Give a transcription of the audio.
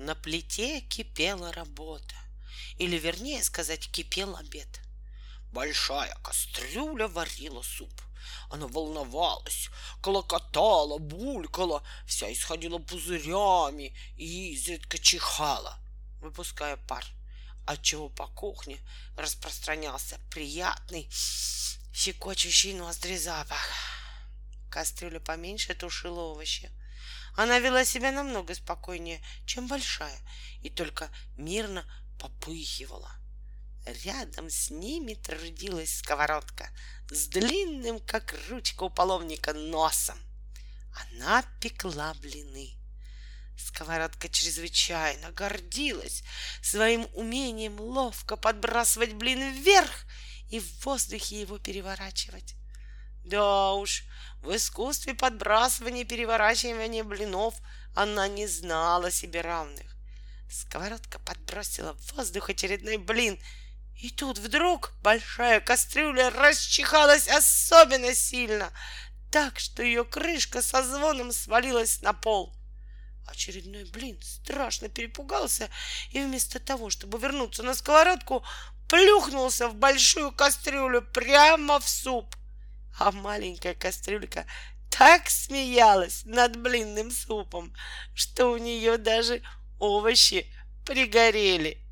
На плите кипела работа, или, вернее сказать, кипел обед. Большая кастрюля варила суп. Она волновалась, клокотала, булькала, вся исходила пузырями и изредка чихала, выпуская пар, отчего по кухне распространялся приятный, щекочущий ноздри запах. Кастрюля поменьше тушила овощи. Она вела себя намного спокойнее, чем большая, и только мирно попыхивала. Рядом с ними трудилась сковородка с длинным, как ручка у половника, носом. Она пекла блины. Сковородка чрезвычайно гордилась своим умением ловко подбрасывать блин вверх и в воздухе его переворачивать. Да уж, в искусстве подбрасывания и переворачивания блинов она не знала себе равных. Сковородка подбросила в воздух очередной блин, и тут вдруг большая кастрюля расчихалась особенно сильно, так что ее крышка со звоном свалилась на пол. Очередной блин страшно перепугался и вместо того, чтобы вернуться на сковородку, плюхнулся в большую кастрюлю прямо в суп. А маленькая кастрюлька так смеялась над блинным супом, что у нее даже овощи пригорели.